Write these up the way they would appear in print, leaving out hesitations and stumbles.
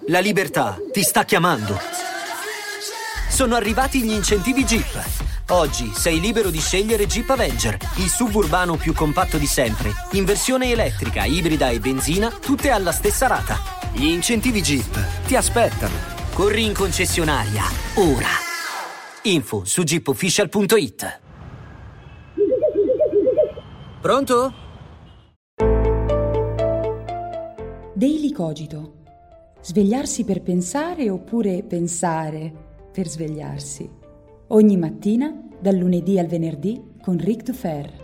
La libertà ti sta chiamando. Sono arrivati gli incentivi Jeep. Oggi sei libero di scegliere Jeep Avenger, il suburbano più compatto di sempre, in versione elettrica, ibrida e benzina, tutte alla stessa rata. Gli incentivi Jeep ti aspettano. Corri in concessionaria, ora. Info su jeepofficial.it. Pronto? Daily Cogito. Svegliarsi per pensare oppure pensare per svegliarsi. Ogni mattina, dal lunedì al venerdì, con Ric Dufer.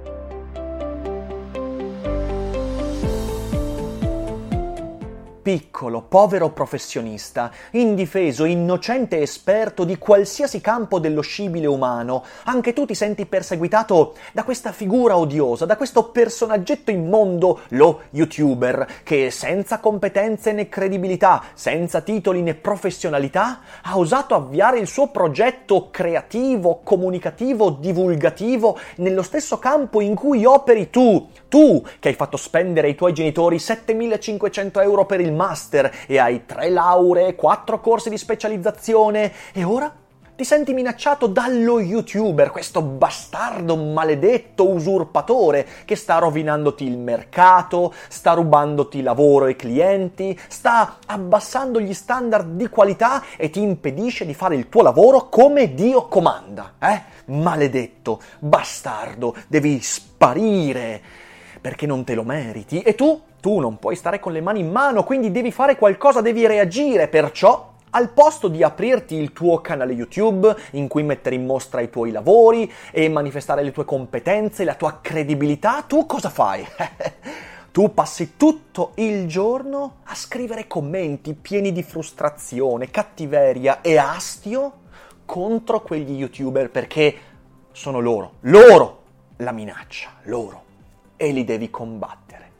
Piccolo, povero professionista, indifeso, innocente esperto di qualsiasi campo dello scibile umano, anche tu ti senti perseguitato da questa figura odiosa, da questo personaggetto immondo, lo YouTuber, che senza competenze né credibilità, senza titoli né professionalità, ha osato avviare il suo progetto creativo, comunicativo, divulgativo nello stesso campo in cui operi tu che hai fatto spendere ai tuoi genitori 7.500 euro per il master e hai 3 lauree, 4 corsi di specializzazione e ora ti senti minacciato dallo YouTuber, questo bastardo maledetto usurpatore che sta rovinandoti il mercato, sta rubandoti lavoro e clienti, sta abbassando gli standard di qualità e ti impedisce di fare il tuo lavoro come Dio comanda, Maledetto, bastardo, devi sparire perché non te lo meriti e tu non puoi stare con le mani in mano, quindi devi fare qualcosa, devi reagire, perciò al posto di aprirti il tuo canale YouTube in cui mettere in mostra i tuoi lavori e manifestare le tue competenze, la tua credibilità, tu cosa fai? Tu passi tutto il giorno a scrivere commenti pieni di frustrazione, cattiveria e astio contro quegli YouTuber perché sono loro la minaccia, loro, e li devi combattere.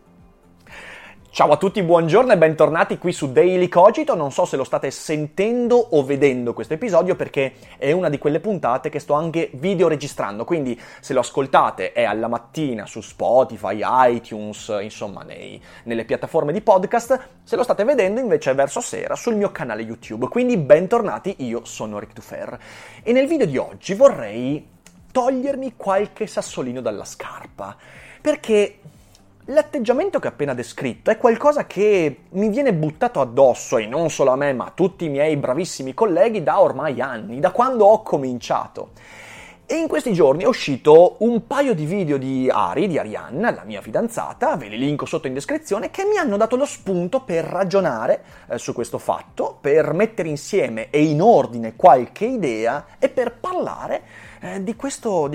Ciao a tutti, buongiorno e bentornati qui su Daily Cogito. Non so se lo state sentendo o vedendo questo episodio perché è una di quelle puntate che sto anche videoregistrando, quindi se lo ascoltate è alla mattina su Spotify, iTunes, insomma nelle piattaforme di podcast, se lo state vedendo invece è verso sera sul mio canale YouTube, quindi bentornati, io sono Ric Dufer. E nel video di oggi vorrei togliermi qualche sassolino dalla scarpa, perché l'atteggiamento che ho appena descritto è qualcosa che mi viene buttato addosso, e non solo a me, ma a tutti i miei bravissimi colleghi da ormai anni, da quando ho cominciato. E in questi giorni è uscito un paio di video di Arianna, la mia fidanzata, ve li linko sotto in descrizione, che mi hanno dato lo spunto per ragionare su questo fatto, per mettere insieme e in ordine qualche idea e per parlare di questo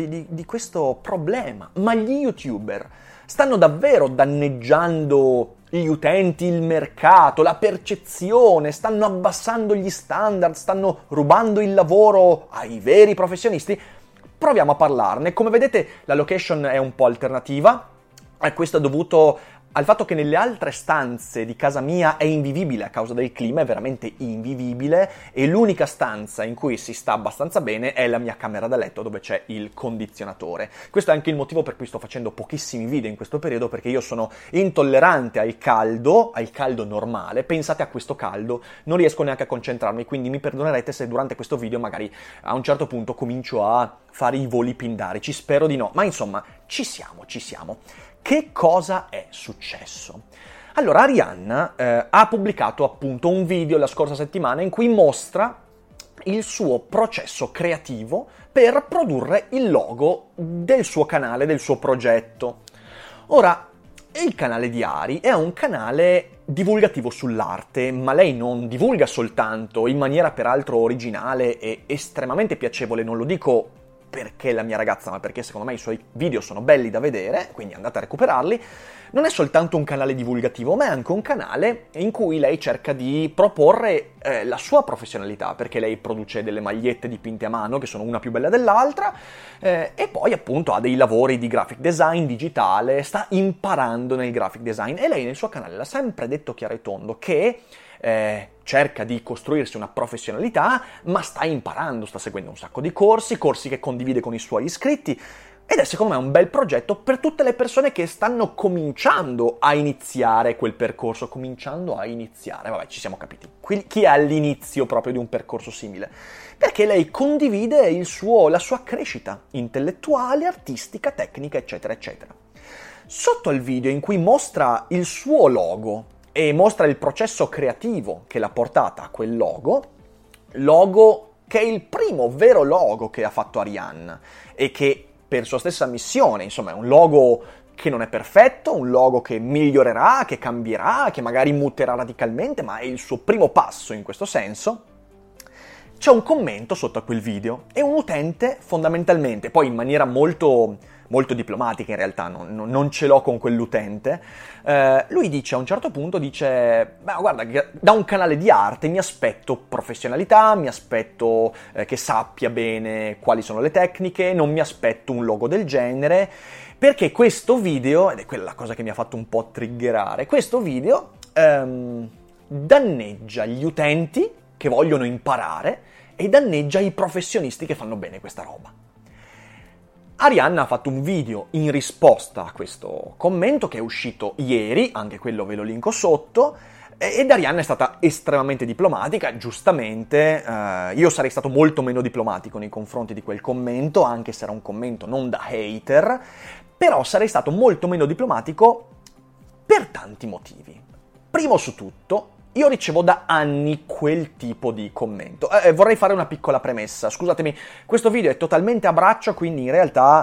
problema. Ma gli YouTuber stanno davvero danneggiando gli utenti, il mercato, la percezione, stanno abbassando gli standard, stanno rubando il lavoro ai veri professionisti? Proviamo a parlarne. Come vedete la location è un po' alternativa, e questo è dovuto al fatto che nelle altre stanze di casa mia è invivibile a causa del clima, è veramente invivibile, e l'unica stanza in cui si sta abbastanza bene è la mia camera da letto dove c'è il condizionatore. Questo è anche il motivo per cui sto facendo pochissimi video in questo periodo, perché io sono intollerante al caldo normale. Pensate a questo caldo, non riesco neanche a concentrarmi, quindi mi perdonerete se durante questo video magari a un certo punto comincio a fare i voli pindarici, spero di no, ma insomma ci siamo. Che cosa è successo? Allora, Arianna ha pubblicato appunto un video la scorsa settimana in cui mostra il suo processo creativo per produrre il logo del suo canale, del suo progetto. Ora, il canale di Ari è un canale divulgativo sull'arte, ma lei non divulga soltanto, in maniera peraltro originale e estremamente piacevole, non lo dico perché è la mia ragazza, ma perché secondo me i suoi video sono belli da vedere, quindi andate a recuperarli. Non è soltanto un canale divulgativo, ma è anche un canale in cui lei cerca di proporre la sua professionalità, perché lei produce delle magliette dipinte a mano che sono una più bella dell'altra, e poi appunto ha dei lavori di graphic design digitale, sta imparando nel graphic design, e lei nel suo canale l'ha sempre detto chiaro e tondo che cerca di costruirsi una professionalità, ma sta imparando, sta seguendo un sacco di corsi che condivide con i suoi iscritti. Ed è secondo me un bel progetto per tutte le persone che stanno cominciando a iniziare quel percorso, vabbè, ci siamo capiti. Chi è all'inizio proprio di un percorso simile? Perché lei condivide la sua crescita intellettuale, artistica, tecnica, eccetera, eccetera. Sotto al video in cui mostra il suo logo e mostra il processo creativo che l'ha portata a quel logo che è il primo vero logo che ha fatto Arianna e che per sua stessa missione, insomma, è un logo che non è perfetto, un logo che migliorerà, che cambierà, che magari muterà radicalmente, ma è il suo primo passo in questo senso. C'è un commento sotto a quel video e un utente fondamentalmente, poi in maniera molto, molto diplomatica in realtà, non ce l'ho con quell'utente, lui dice a un certo punto, beh guarda, da un canale di arte mi aspetto professionalità, mi aspetto che sappia bene quali sono le tecniche, non mi aspetto un logo del genere, perché questo video, ed è quella cosa che mi ha fatto un po' triggerare, questo video danneggia gli utenti che vogliono imparare e danneggia i professionisti che fanno bene questa roba. Arianna ha fatto un video in risposta a questo commento che è uscito ieri, anche quello ve lo linko sotto, ed Arianna è stata estremamente diplomatica, giustamente. Io sarei stato molto meno diplomatico nei confronti di quel commento, anche se era un commento non da hater, però sarei stato molto meno diplomatico per tanti motivi. Primo su tutto, io ricevo da anni quel tipo di commento. Vorrei fare una piccola premessa. Scusatemi, questo video è totalmente a braccio, quindi in realtà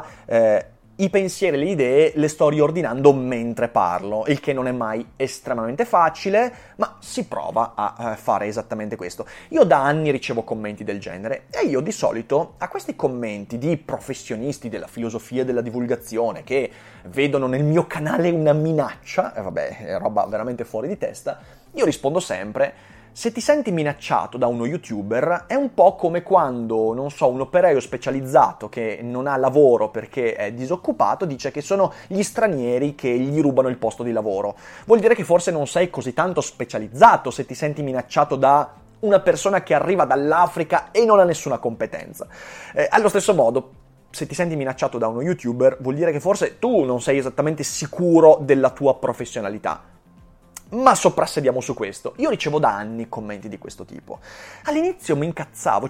i pensieri e le idee le sto riordinando mentre parlo, il che non è mai estremamente facile, ma si prova a fare esattamente questo. Io da anni ricevo commenti del genere e io di solito a questi commenti di professionisti della filosofia e della divulgazione che vedono nel mio canale una minaccia, vabbè, è roba veramente fuori di testa, io rispondo sempre: se ti senti minacciato da uno youtuber è un po' come quando, non so, un operaio specializzato che non ha lavoro perché è disoccupato dice che sono gli stranieri che gli rubano il posto di lavoro. Vuol dire che forse non sei così tanto specializzato se ti senti minacciato da una persona che arriva dall'Africa e non ha nessuna competenza. Allo stesso modo, se ti senti minacciato da uno youtuber vuol dire che forse tu non sei esattamente sicuro della tua professionalità. Ma soprassediamo su questo. Io ricevo da anni commenti di questo tipo. All'inizio mi incazzavo,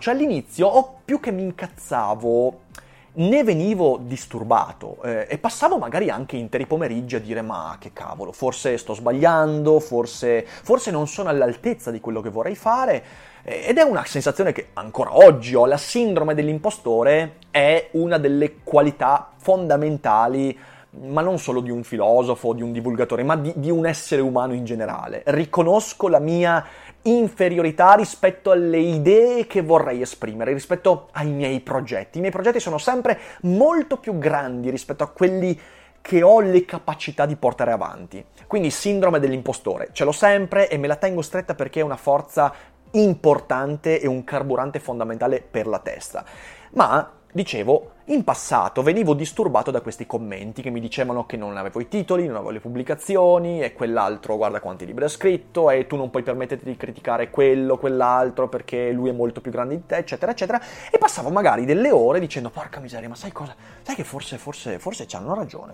o più che mi incazzavo, ne venivo disturbato e passavo magari anche interi pomeriggi a dire: ma che cavolo, forse sto sbagliando, forse non sono all'altezza di quello che vorrei fare. Ed è una sensazione che ancora oggi ho. La sindrome dell'impostore è una delle qualità fondamentali, ma non solo di un filosofo, di un divulgatore, ma di un essere umano in generale. Riconosco la mia inferiorità rispetto alle idee che vorrei esprimere, rispetto ai miei progetti. I miei progetti sono sempre molto più grandi rispetto a quelli che ho le capacità di portare avanti. Quindi sindrome dell'impostore, ce l'ho sempre e me la tengo stretta perché è una forza importante e un carburante fondamentale per la testa. Ma dicevo, in passato venivo disturbato da questi commenti che mi dicevano che non avevo i titoli, non avevo le pubblicazioni, e quell'altro guarda quanti libri ha scritto, e tu non puoi permetterti di criticare quell'altro perché lui è molto più grande di te, eccetera, eccetera. E passavo magari delle ore dicendo: porca miseria, ma sai cosa? Sai che forse c'hanno ragione,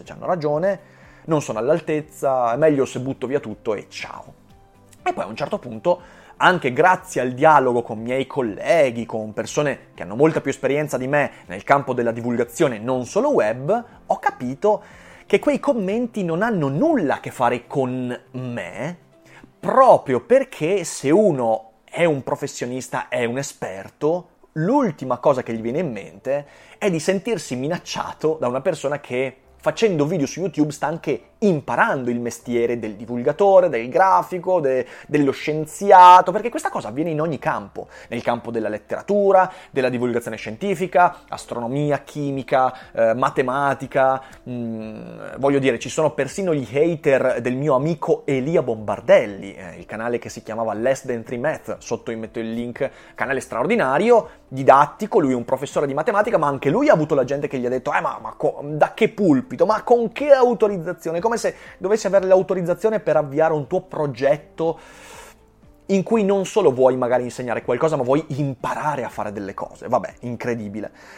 non sono all'altezza, è meglio se butto via tutto e ciao. E poi a un certo punto, anche grazie al dialogo con miei colleghi, con persone che hanno molta più esperienza di me nel campo della divulgazione, non solo web, ho capito che quei commenti non hanno nulla a che fare con me, proprio perché se uno è un professionista, è un esperto, l'ultima cosa che gli viene in mente è di sentirsi minacciato da una persona che, facendo video su YouTube, sta anche imparando il mestiere del divulgatore, del grafico, dello scienziato, perché questa cosa avviene in ogni campo, nel campo della letteratura, della divulgazione scientifica, astronomia, chimica, matematica, voglio dire, ci sono persino gli hater del mio amico Elia Bombardelli, il canale che si chiamava Less Than 3 Math, sotto vi metto il link, canale straordinario, didattico, lui è un professore di matematica, ma anche lui ha avuto la gente che gli ha detto: da che pulpito, ma con che autorizzazione? Come se dovessi avere l'autorizzazione per avviare un tuo progetto in cui non solo vuoi magari insegnare qualcosa, ma vuoi imparare a fare delle cose. Vabbè, incredibile.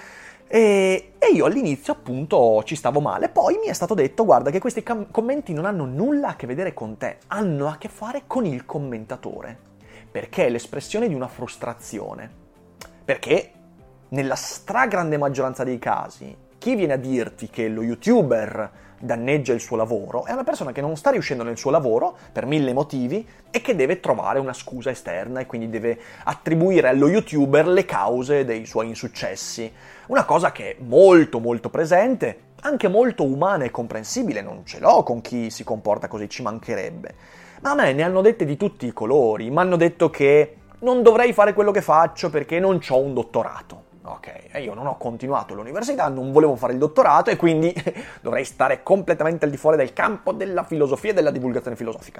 E io all'inizio appunto ci stavo male, poi mi è stato detto guarda che questi commenti non hanno nulla a che vedere con te, hanno a che fare con il commentatore, perché è l'espressione di una frustrazione, perché nella stragrande maggioranza dei casi chi viene a dirti che lo YouTuber danneggia il suo lavoro è una persona che non sta riuscendo nel suo lavoro per 1000 motivi e che deve trovare una scusa esterna e quindi deve attribuire allo YouTuber le cause dei suoi insuccessi. Una cosa che è molto molto presente, anche molto umana e comprensibile, non ce l'ho con chi si comporta così, ci mancherebbe. Ma a me ne hanno dette di tutti i colori, mi hanno detto che non dovrei fare quello che faccio perché non c'ho un dottorato. Ok, e io non ho continuato l'università, non volevo fare il dottorato e quindi dovrei stare completamente al di fuori del campo della filosofia e della divulgazione filosofica.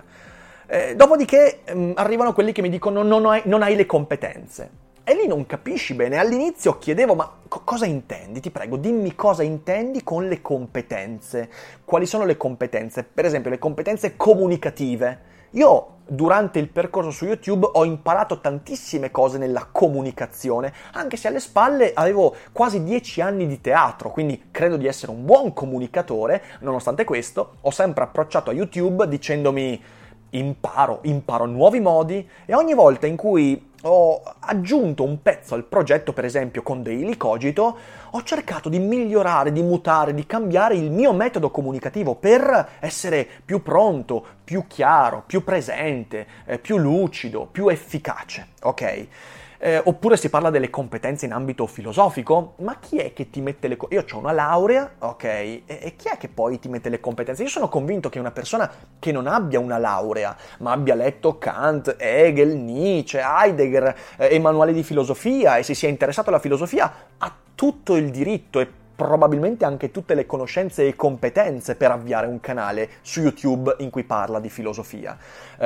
Dopodiché arrivano quelli che mi dicono non hai le competenze. E lì non capisci bene. All'inizio chiedevo, ma cosa intendi? Ti prego, dimmi cosa intendi con le competenze. Quali sono le competenze? Per esempio, le competenze comunicative. Io durante il percorso su YouTube ho imparato tantissime cose nella comunicazione, anche se alle spalle avevo quasi 10 anni di teatro, quindi credo di essere un buon comunicatore. Nonostante questo, ho sempre approcciato a YouTube dicendomi imparo nuovi modi, e ogni volta in cui ho aggiunto un pezzo al progetto, per esempio con Daily Cogito, ho cercato di migliorare, di mutare, di cambiare il mio metodo comunicativo per essere più pronto, più chiaro, più presente, più lucido, più efficace, ok? Oppure si parla delle competenze in ambito filosofico, ma chi è che ti mette le io ho una laurea, ok, e chi è che poi ti mette le competenze? Io sono convinto che una persona che non abbia una laurea, ma abbia letto Kant, Hegel, Nietzsche, Heidegger e manuali di filosofia e si sia interessato alla filosofia, ha tutto il diritto e probabilmente anche tutte le conoscenze e competenze per avviare un canale su YouTube in cui parla di filosofia.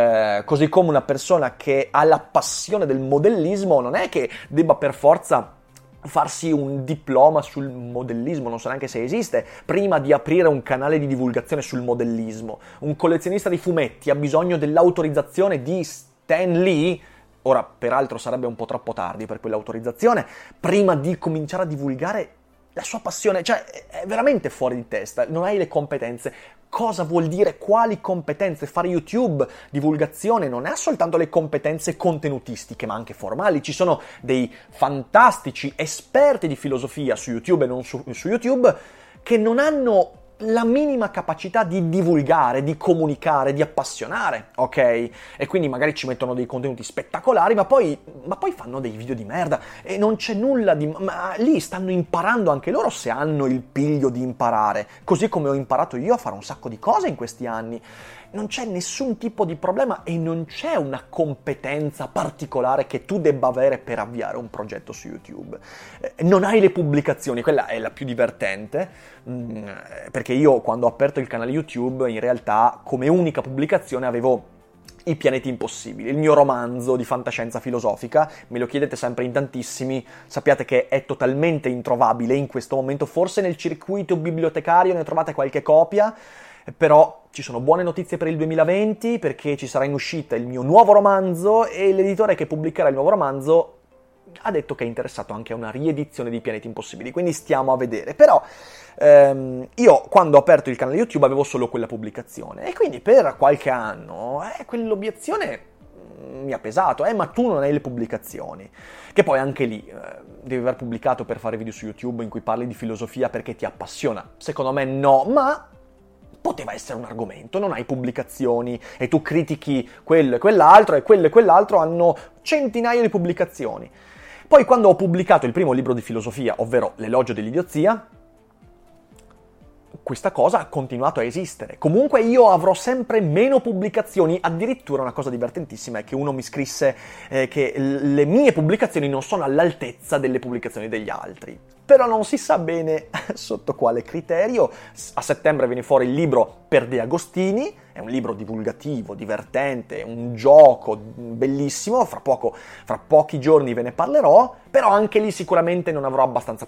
Così come una persona che ha la passione del modellismo non è che debba per forza farsi un diploma sul modellismo, non so neanche se esiste, prima di aprire un canale di divulgazione sul modellismo. Un collezionista di fumetti ha bisogno dell'autorizzazione di Stan Lee. Ora, peraltro, sarebbe un po' troppo tardi per quell'autorizzazione, prima di cominciare a divulgare la sua passione, cioè è veramente fuori di testa, non hai le competenze. Cosa vuol dire? Quali competenze? Fare YouTube, divulgazione, non è soltanto le competenze contenutistiche, ma anche formali. Ci sono dei fantastici esperti di filosofia su YouTube e non su YouTube che non hanno la minima capacità di divulgare, di comunicare, di appassionare, ok? E quindi magari ci mettono dei contenuti spettacolari, ma poi fanno dei video di merda e non c'è nulla di... Ma lì stanno imparando anche loro, se hanno il piglio di imparare, così come ho imparato io a fare un sacco di cose in questi anni. Non c'è nessun tipo di problema e non c'è una competenza particolare che tu debba avere per avviare un progetto su YouTube. Non hai le pubblicazioni, quella è la più divertente, perché io quando ho aperto il canale YouTube in realtà come unica pubblicazione avevo I pianeti impossibili, il mio romanzo di fantascienza filosofica. Me lo chiedete sempre in tantissimi, sappiate che è totalmente introvabile in questo momento, forse nel circuito bibliotecario ne trovate qualche copia, però ci sono buone notizie per il 2020 perché ci sarà in uscita il mio nuovo romanzo e l'editore che pubblicherà il nuovo romanzo ha detto che è interessato anche a una riedizione di Pianeti Impossibili, quindi stiamo a vedere. Però io quando ho aperto il canale YouTube avevo solo quella pubblicazione e quindi per qualche anno quell'obiezione mi ha pesato, ma tu non hai le pubblicazioni, che poi anche lì devi aver pubblicato per fare video su YouTube in cui parli di filosofia perché ti appassiona. Secondo me no, ma poteva essere un argomento. Non hai pubblicazioni e tu critichi quello e quell'altro hanno centinaia di pubblicazioni. Poi quando ho pubblicato il primo libro di filosofia, ovvero L'elogio dell'idiozia, questa cosa ha continuato a esistere. Comunque io avrò sempre meno pubblicazioni. Addirittura una cosa divertentissima è che uno mi scrisse che le mie pubblicazioni non sono all'altezza delle pubblicazioni degli altri. Però non si sa bene sotto quale criterio. A settembre viene fuori il libro Per De Agostini, è un libro divulgativo, divertente, un gioco bellissimo, fra pochi giorni ve ne parlerò, però anche lì sicuramente non avrò abbastanza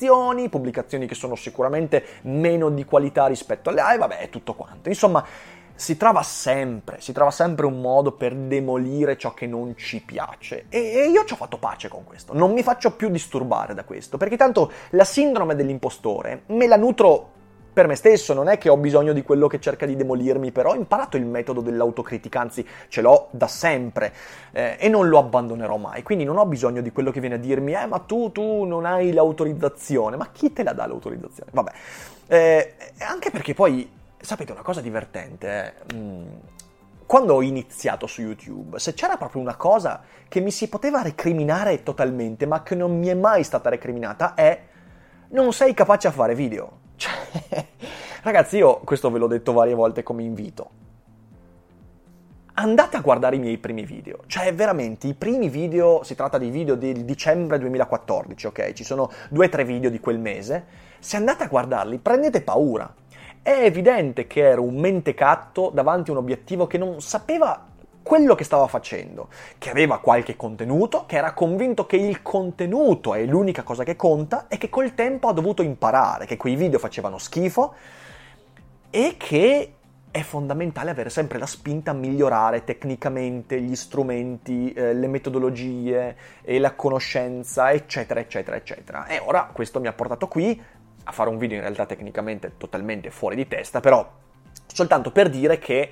pubblicazioni che sono sicuramente meno di qualità rispetto alle vabbè, è tutto quanto. Insomma, si trova sempre un modo per demolire ciò che non ci piace. E io ci ho fatto pace con questo, non mi faccio più disturbare da questo, perché tanto la sindrome dell'impostore me la nutro per me stesso, non è che ho bisogno di quello che cerca di demolirmi, però ho imparato il metodo dell'autocritica, anzi ce l'ho da sempre e non lo abbandonerò mai, quindi non ho bisogno di quello che viene a dirmi ma tu non hai l'autorizzazione, ma chi te la dà l'autorizzazione? Vabbè, anche perché poi, sapete una cosa divertente, quando ho iniziato su YouTube, se c'era proprio una cosa che mi si poteva recriminare totalmente, ma che non mi è mai stata recriminata, è non sei capace a fare video. Cioè, ragazzi, io questo ve l'ho detto varie volte come invito. Andate a guardare i miei primi video. Cioè, veramente, i primi video, si tratta di video del dicembre 2014, ok? Ci sono 2-3 video di quel mese. Se andate a guardarli, prendete paura. È evidente che ero un mentecatto davanti a un obiettivo che non sapeva quello che stava facendo, che aveva qualche contenuto, che era convinto che il contenuto è l'unica cosa che conta e che col tempo ha dovuto imparare, che quei video facevano schifo e che è fondamentale avere sempre la spinta a migliorare tecnicamente gli strumenti, le metodologie e la conoscenza, eccetera, eccetera, eccetera. E ora questo mi ha portato qui a fare un video in realtà tecnicamente totalmente fuori di testa, però soltanto per dire che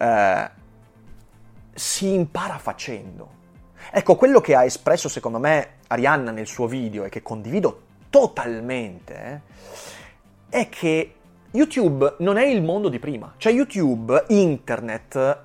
si impara facendo. Ecco, quello che ha espresso secondo me Arianna nel suo video e che condivido totalmente è che YouTube non è il mondo di prima. Cioè YouTube, internet,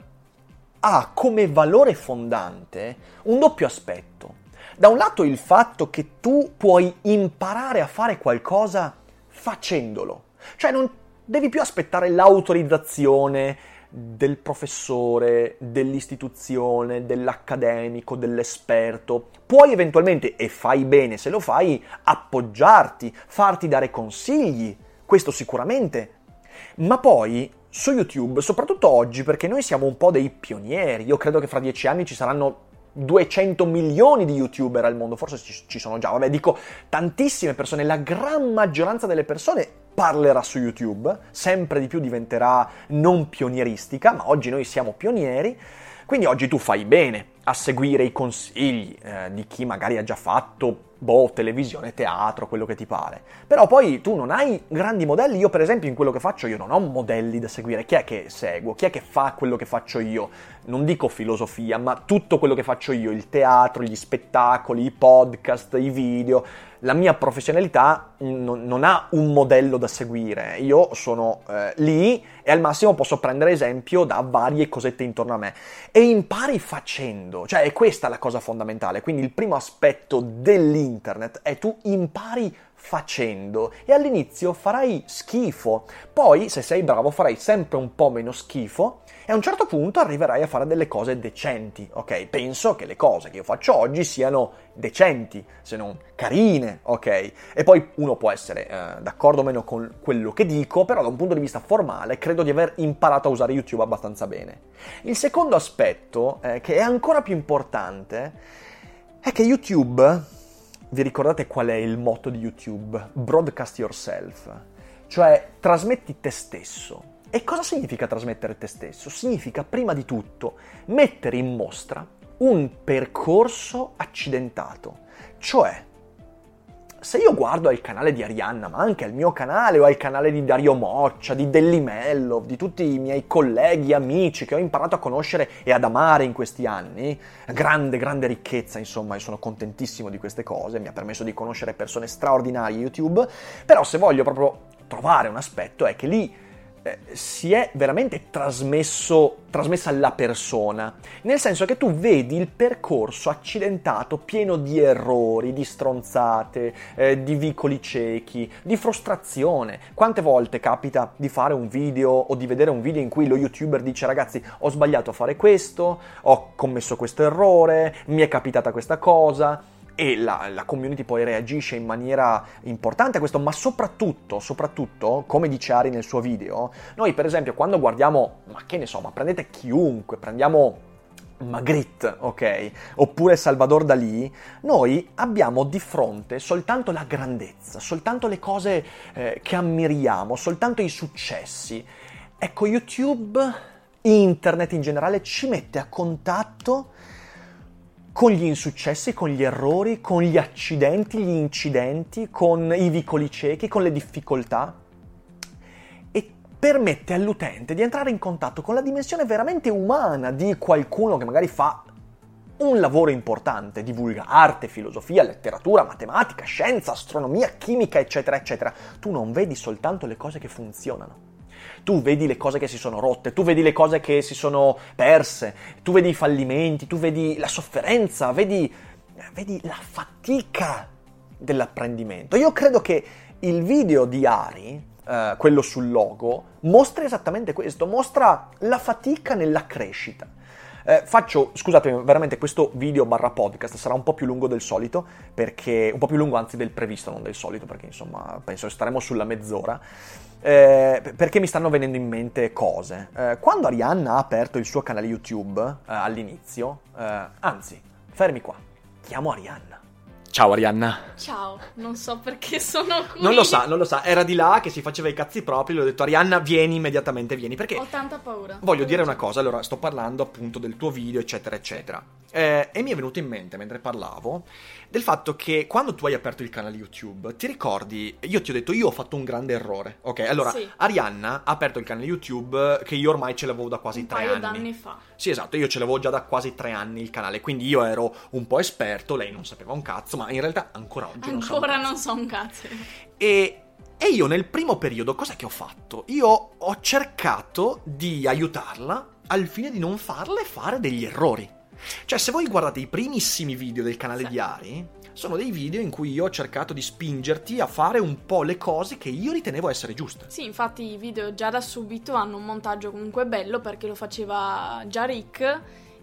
ha come valore fondante un doppio aspetto. Da un lato il fatto che tu puoi imparare a fare qualcosa facendolo. Cioè non devi più aspettare l'autorizzazione del professore, dell'istituzione, dell'accademico, dell'esperto. Puoi eventualmente, e fai bene se lo fai, appoggiarti, farti dare consigli, questo sicuramente. Ma poi su YouTube, soprattutto oggi, perché noi siamo un po' dei pionieri, io credo che fra 10 anni ci saranno 200 milioni di YouTuber al mondo, forse ci sono già, vabbè, dico tantissime persone, la gran maggioranza delle persone parlerà su YouTube, sempre di più diventerà non pionieristica, ma oggi noi siamo pionieri, quindi oggi tu fai bene a seguire i consigli di chi magari ha già fatto televisione, teatro, quello che ti pare. Però poi tu non hai grandi modelli. Io per esempio in quello che faccio io non ho modelli da seguire. Chi è che seguo? Chi è che fa quello che faccio io? Non dico filosofia, ma tutto quello che faccio io, il teatro, gli spettacoli, i podcast, i video. La mia professionalità non ha un modello da seguire. Io sono lì e al massimo posso prendere esempio da varie cosette intorno a me. E impari facendo. Cioè è questa la cosa fondamentale. Quindi il primo aspetto dell'internet è tu impari facendo e all'inizio farai schifo. Poi se sei bravo farai sempre un po' meno schifo e a un certo punto arriverai a fare delle cose decenti, ok? Penso che le cose che io faccio oggi siano decenti, se non carine, ok? E poi uno può essere d'accordo o meno con quello che dico, però da un punto di vista formale credo di aver imparato a usare YouTube abbastanza bene. Il secondo aspetto, che è ancora più importante, è che YouTube, vi ricordate qual è il motto di YouTube? Broadcast yourself, cioè trasmetti te stesso. E cosa significa trasmettere te stesso? Significa prima di tutto mettere in mostra un percorso accidentato. Cioè, se io guardo al canale di Arianna, ma anche al mio canale o al canale di Dario Moccia, di Dellimello, di tutti i miei colleghi, amici che ho imparato a conoscere e ad amare in questi anni, grande ricchezza, insomma, io sono contentissimo di queste cose, mi ha permesso di conoscere persone straordinarie YouTube, però se voglio proprio trovare un aspetto è che lì si è veramente trasmessa alla persona, nel senso che tu vedi il percorso accidentato, pieno di errori, di stronzate, di vicoli ciechi, di frustrazione. Quante volte capita di fare un video o di vedere un video in cui lo YouTuber dice: ragazzi, ho sbagliato a fare questo, ho commesso questo errore, mi è capitata questa cosa, e la community poi reagisce in maniera importante a questo, ma soprattutto, come dice Ari nel suo video, noi per esempio quando guardiamo, ma che ne so, ma prendete chiunque, prendiamo Magritte, ok? Oppure Salvador Dalì, noi abbiamo di fronte soltanto la grandezza, soltanto le cose che ammiriamo, soltanto i successi. Ecco, YouTube internet in generale ci mette a contatto con gli insuccessi, con gli errori, con gli accidenti, gli incidenti, con i vicoli ciechi, con le difficoltà, e permette all'utente di entrare in contatto con la dimensione veramente umana di qualcuno che magari fa un lavoro importante, divulga arte, filosofia, letteratura, matematica, scienza, astronomia, chimica, eccetera, eccetera. Tu non vedi soltanto le cose che funzionano. Tu vedi le cose che si sono rotte, tu vedi le cose che si sono perse, tu vedi i fallimenti, tu vedi la sofferenza, vedi la fatica dell'apprendimento. Io credo che il video di Ari, quello sul logo, mostra esattamente questo, mostra la fatica nella crescita. Scusate, veramente questo video / podcast sarà un po' più lungo del solito, perché un po' più lungo anzi del previsto, non del solito, perché insomma penso che staremo sulla mezz'ora, perché mi stanno venendo in mente cose. Quando Arianna ha aperto il suo canale YouTube all'inizio, anzi, fermi qua, chiamo Arianna. Ciao Arianna. Ciao, non so perché sono qui. Non lo sa, era di là che si faceva i cazzi propri, le ho detto Arianna vieni immediatamente, vieni, perché ho tanta paura. Voglio dire una cosa, allora sto parlando appunto del tuo video eccetera eccetera, e mi è venuto in mente mentre parlavo del fatto che quando tu hai aperto il canale YouTube, ti ricordi, io ti ho detto io ho fatto un grande errore, ok? Allora, sì. Arianna ha aperto il canale YouTube che io ormai ce l'avevo da quasi 3 anni. Un paio d'anni fa. Sì, esatto, io ce l'avevo già da quasi 3 anni il canale, quindi io ero un po' esperto, lei non sapeva un cazzo, ma in realtà ancora oggi non so un cazzo. E io nel primo periodo cos'è che ho fatto? Io ho cercato di aiutarla al fine di non farle fare degli errori. Cioè, se voi guardate i primissimi video del canale di Ari, sono dei video in cui io ho cercato di spingerti a fare un po' le cose che io ritenevo essere giuste. Sì, infatti i video già da subito hanno un montaggio comunque bello, perché lo faceva già Rick,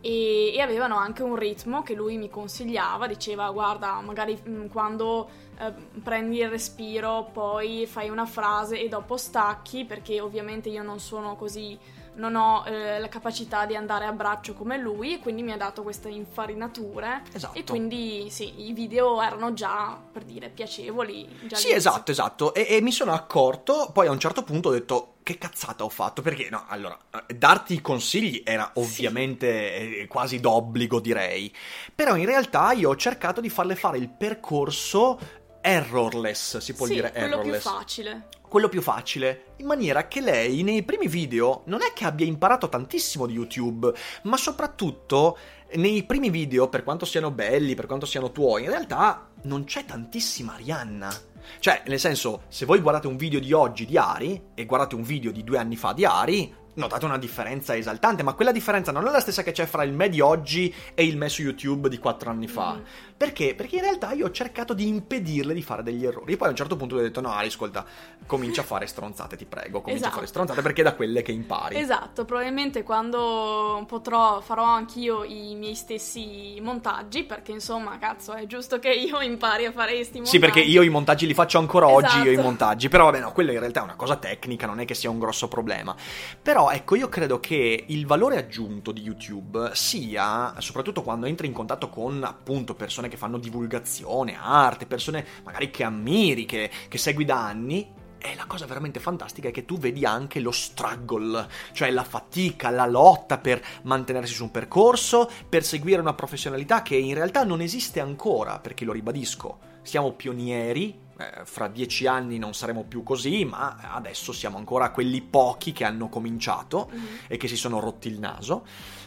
e avevano anche un ritmo che lui mi consigliava, diceva guarda magari quando prendi il respiro poi fai una frase e dopo stacchi, perché ovviamente io non sono così, non ho la capacità di andare a braccio come lui, e quindi mi ha dato queste infarinature. Esatto. E quindi sì, i video erano già, per dire, piacevoli già sì, esatto, e mi sono accorto, poi a un certo punto ho detto che cazzata ho fatto, perché no, allora, darti i consigli era ovviamente quasi d'obbligo, direi, però in realtà io ho cercato di farle fare il percorso errorless, si può dire errorless. Quello più facile, in maniera che lei nei primi video non è che abbia imparato tantissimo di YouTube, ma soprattutto nei primi video, per quanto siano belli, per quanto siano tuoi, in realtà non c'è tantissima Arianna. Cioè, nel senso, se voi guardate un video di oggi di Ari e guardate un video di 2 anni fa di Ari, notate una differenza esaltante, ma quella differenza non è la stessa che c'è fra il me di oggi e il me su YouTube di 4 anni fa. Perché? Perché in realtà io ho cercato di impedirle di fare degli errori. E poi a un certo punto le ho detto no Ari, ascolta, comincia a fare stronzate, ti prego, comincia a fare stronzate, perché è da quelle che impari. Esatto, probabilmente quando potrò farò anch'io i miei stessi montaggi, perché insomma, cazzo, è giusto che io impari a fare questi montaggi. Sì, perché io i montaggi li faccio ancora oggi, io i montaggi, però vabbè no, quello in realtà è una cosa tecnica, non è che sia un grosso problema. Però ecco, io credo che il valore aggiunto di YouTube sia, soprattutto quando entri in contatto con appunto persone che fanno divulgazione, arte, persone magari che ammiri, che segui da anni, e la cosa veramente fantastica è che tu vedi anche lo struggle, cioè la fatica, la lotta per mantenersi su un percorso, per seguire una professionalità che in realtà non esiste ancora, perché lo ribadisco, siamo pionieri. Fra 10 anni non saremo più così, ma adesso siamo ancora quelli pochi che hanno cominciato e che si sono rotti il naso,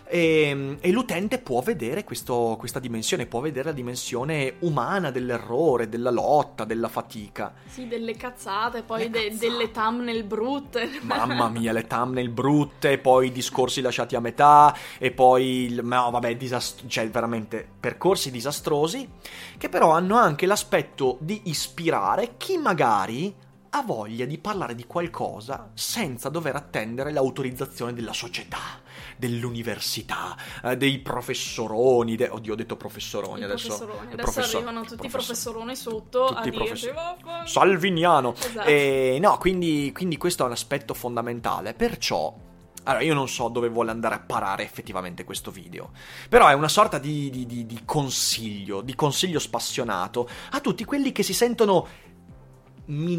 e l'utente può vedere questa dimensione, può vedere la dimensione umana dell'errore, della lotta, della fatica. Sì, delle cazzate, poi delle thumbnail brutte. Mamma mia, le thumbnail brutte, poi i discorsi lasciati a metà, e poi no, vabbè, cioè veramente percorsi disastrosi, che però hanno anche l'aspetto di ispirare chi magari ha voglia di parlare di qualcosa senza dover attendere l'autorizzazione della società, dell'università, dei professoroni, oddio ho detto professoroni, adesso arrivano tutti i professoroni sotto tutti a dirci Salviniano. Esatto. No, quindi questo è un aspetto fondamentale, perciò allora io non so dove vuole andare a parare effettivamente questo video, però è una sorta di consiglio spassionato a tutti quelli che si sentono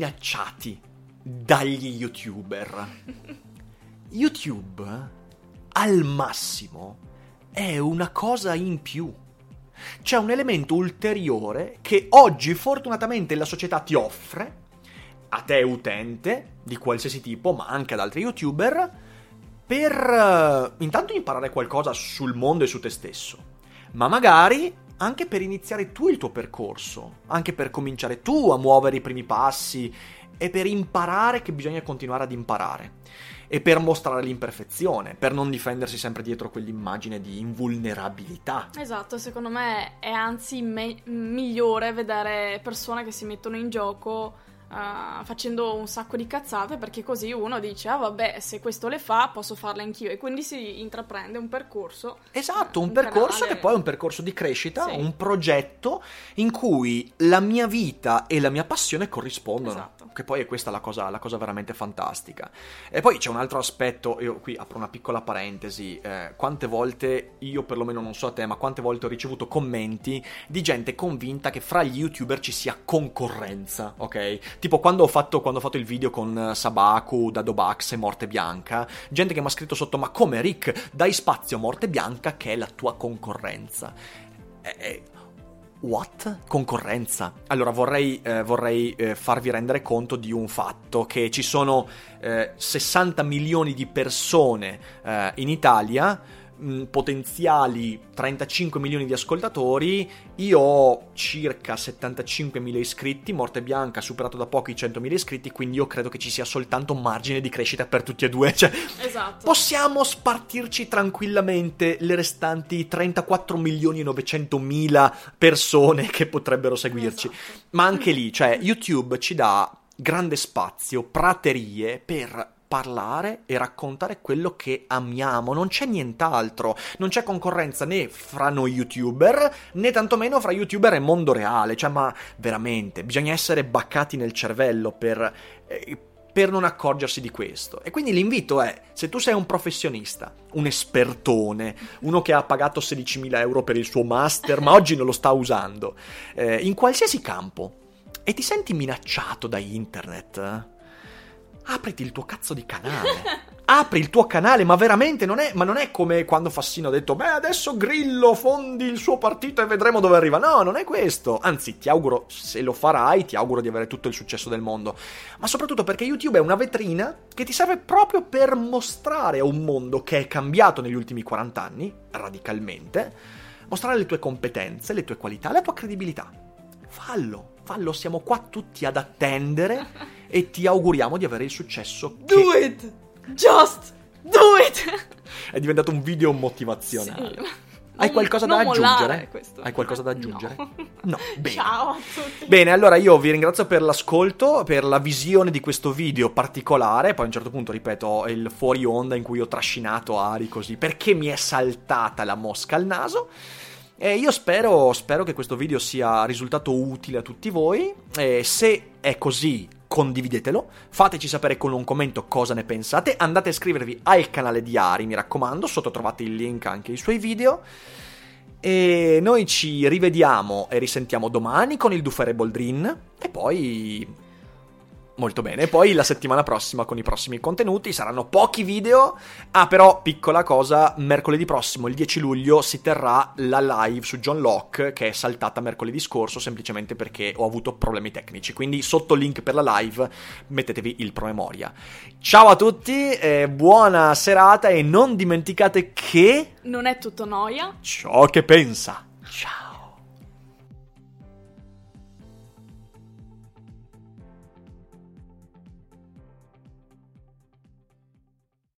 minacciati dagli YouTuber. YouTube al massimo è una cosa in più. C'è un elemento ulteriore che oggi fortunatamente la società ti offre, a te utente di qualsiasi tipo, ma anche ad altri YouTuber, per intanto imparare qualcosa sul mondo e su te stesso, ma magari anche per iniziare tu il tuo percorso, anche per cominciare tu a muovere i primi passi e per imparare che bisogna continuare ad imparare e per mostrare l'imperfezione, per non difendersi sempre dietro quell'immagine di invulnerabilità. Esatto, secondo me è anzi migliore vedere persone che si mettono in gioco facendo un sacco di cazzate, perché così uno dice vabbè, se questo le fa posso farle anch'io, e quindi si intraprende un percorso. Esatto, un percorso canale. Che poi è un percorso di crescita, Sì. un progetto in cui la mia vita e la mia passione corrispondono. Esatto. Che poi è questa la cosa veramente fantastica. E poi c'è un altro aspetto, io qui apro una piccola parentesi, quante volte, io perlomeno non so a te, ma quante volte ho ricevuto commenti di gente convinta che fra gli YouTuber ci sia concorrenza, ok? Tipo quando ho fatto il video con Sabaku, Dadobax e Morte Bianca, gente che mi ha scritto sotto: ma come Rick, dai spazio a Morte Bianca che è la tua concorrenza? What? Concorrenza? Allora vorrei farvi rendere conto di un fatto, che ci sono 60 milioni di persone in Italia, potenziali 35 milioni di ascoltatori. Io ho circa 75.000 iscritti, Morte Bianca ha superato da poco i 100.000 iscritti, quindi io credo che ci sia soltanto margine di crescita per tutti e due, cioè Esatto. possiamo spartirci tranquillamente le restanti 34.900.000 persone che potrebbero seguirci. Esatto. Ma anche lì, cioè, YouTube ci dà grande spazio, praterie per parlare e raccontare quello che amiamo, non c'è nient'altro, non c'è concorrenza né fra noi YouTuber né tantomeno fra YouTuber e mondo reale, cioè, ma veramente bisogna essere baccati nel cervello per non accorgersi di questo. E quindi l'invito è: se tu sei un professionista, un espertone, uno che ha pagato 16.000 euro per il suo master ma oggi non lo sta usando, in qualsiasi campo, e ti senti minacciato da internet, apriti il tuo cazzo di canale. Apri il tuo canale, ma veramente non è come quando Fassino ha detto: beh, adesso Grillo fondi il suo partito e vedremo dove arriva. No, non è questo. Anzi, ti auguro, se lo farai, ti auguro di avere tutto il successo del mondo. Ma soprattutto perché YouTube è una vetrina che ti serve proprio per mostrare a un mondo che è cambiato negli ultimi 40 anni, radicalmente, mostrare le tue competenze, le tue qualità, la tua credibilità. Fallo, siamo qua tutti ad attendere e ti auguriamo di avere il successo. Do it! Just do it! È diventato un video motivazionale. Sì. Hai qualcosa da non aggiungere? mollare questo. Hai qualcosa da aggiungere? No. Bene. Ciao a tutti. Bene, allora io vi ringrazio per l'ascolto, per la visione di questo video particolare. Poi a un certo punto, ripeto, il fuori onda in cui ho trascinato Ari così, perché mi è saltata la mosca al naso. E io spero che questo video sia risultato utile a tutti voi. E se è così, condividetelo, fateci sapere con un commento cosa ne pensate, andate a iscrivervi al canale di Ari, mi raccomando, sotto trovate il link anche ai suoi video, e noi ci rivediamo e risentiamo domani con il Dufere Boldrin, e poi... molto bene, poi la settimana prossima con i prossimi contenuti. Saranno pochi video. Però, piccola cosa, mercoledì prossimo, il 10 luglio, si terrà la live su John Locke, che è saltata mercoledì scorso semplicemente perché ho avuto problemi tecnici. Quindi sotto il link per la live mettetevi il promemoria. Ciao a tutti, buona serata, e non dimenticate che... non è tutto noia. ciò che pensa. Ciao.